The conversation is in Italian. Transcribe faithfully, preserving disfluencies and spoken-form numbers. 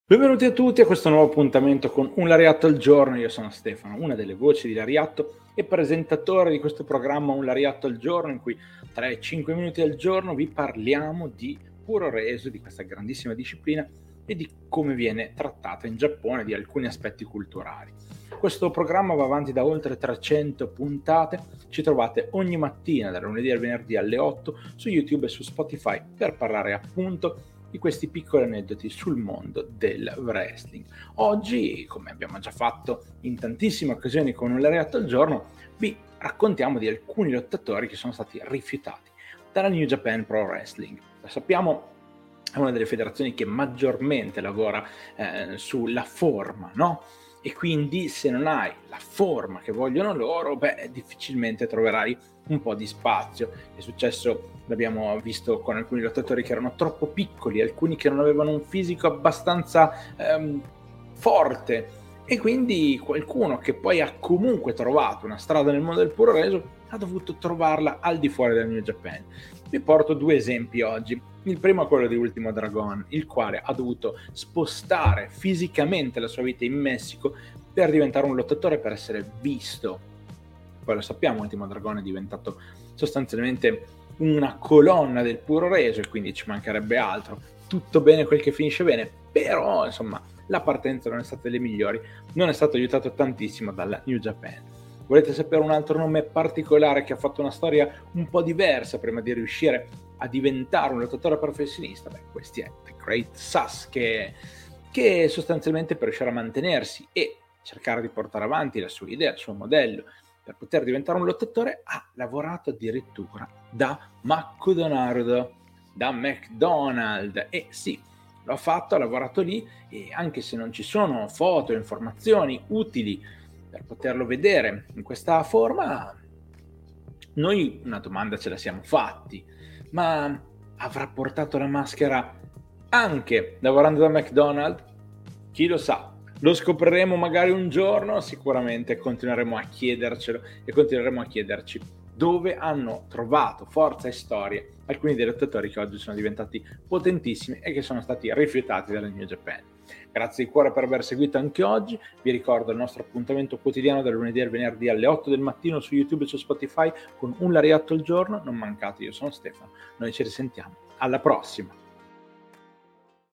Benvenuti a tutti a questo nuovo appuntamento con Un Lariatto al Giorno. Io sono Stefano, una delle voci di Lariatto e presentatore di questo programma Un Lariatto al Giorno, in cui tre a cinque minuti al giorno vi parliamo di puro reso, di questa grandissima disciplina e di come viene trattata in Giappone, di alcuni aspetti culturali. Questo programma va avanti da oltre trecento puntate, ci trovate ogni mattina dal lunedì al venerdì alle otto su YouTube e su Spotify per parlare appunto di questi piccoli aneddoti sul mondo del wrestling. Oggi, come abbiamo già fatto in tantissime occasioni con Un Lariatto al Giorno, vi raccontiamo di alcuni lottatori che sono stati rifiutati dalla New Japan Pro Wrestling. Lo sappiamo, è una delle federazioni che maggiormente lavora eh, sulla forma, no? E quindi se non hai la forma che vogliono loro, beh, difficilmente troverai un po' di spazio. È successo, l'abbiamo visto con alcuni lottatori che erano troppo piccoli, alcuni che non avevano un fisico abbastanza ehm, forte, e quindi qualcuno che poi ha comunque trovato una strada nel mondo del puro reso ha dovuto trovarla al di fuori del New Japan. Vi porto due esempi oggi. Il primo è quello di Ultimo Dragon, il quale ha dovuto spostare fisicamente la sua vita in Messico per diventare un lottatore, per essere visto. Poi lo sappiamo, Ultimo Dragon è diventato sostanzialmente una colonna del puro reso e quindi ci mancherebbe altro. Tutto bene quel che finisce bene, però insomma la partenza non è stata delle migliori, non è stato aiutato tantissimo dalla New Japan. Volete sapere un altro nome particolare che ha fatto una storia un po' diversa prima di riuscire a diventare un lottatore professionista? Beh, questi è The Great Sasuke, che sostanzialmente per riuscire a mantenersi e cercare di portare avanti la sua idea, il suo modello, per poter diventare un lottatore, ha lavorato addirittura da McDonald's, da McDonald's, e sì, l'ho fatto, ha lavorato lì, e anche se non ci sono foto e informazioni utili per poterlo vedere in questa forma, noi una domanda ce la siamo fatti: ma avrà portato la maschera anche lavorando da McDonald's? Chi lo sa, lo scopriremo magari un giorno. Sicuramente continueremo a chiedercelo e continueremo a chiederci dove hanno trovato forza e storia alcuni dei lottatori che oggi sono diventati potentissimi e che sono stati rifiutati dalla New Japan. Grazie di cuore per aver seguito anche oggi. Vi ricordo il nostro appuntamento quotidiano dal lunedì al venerdì alle otto del mattino su YouTube e su Spotify con Un Lariatto al Giorno. Non mancate, io sono Stefano, noi ci risentiamo alla prossima.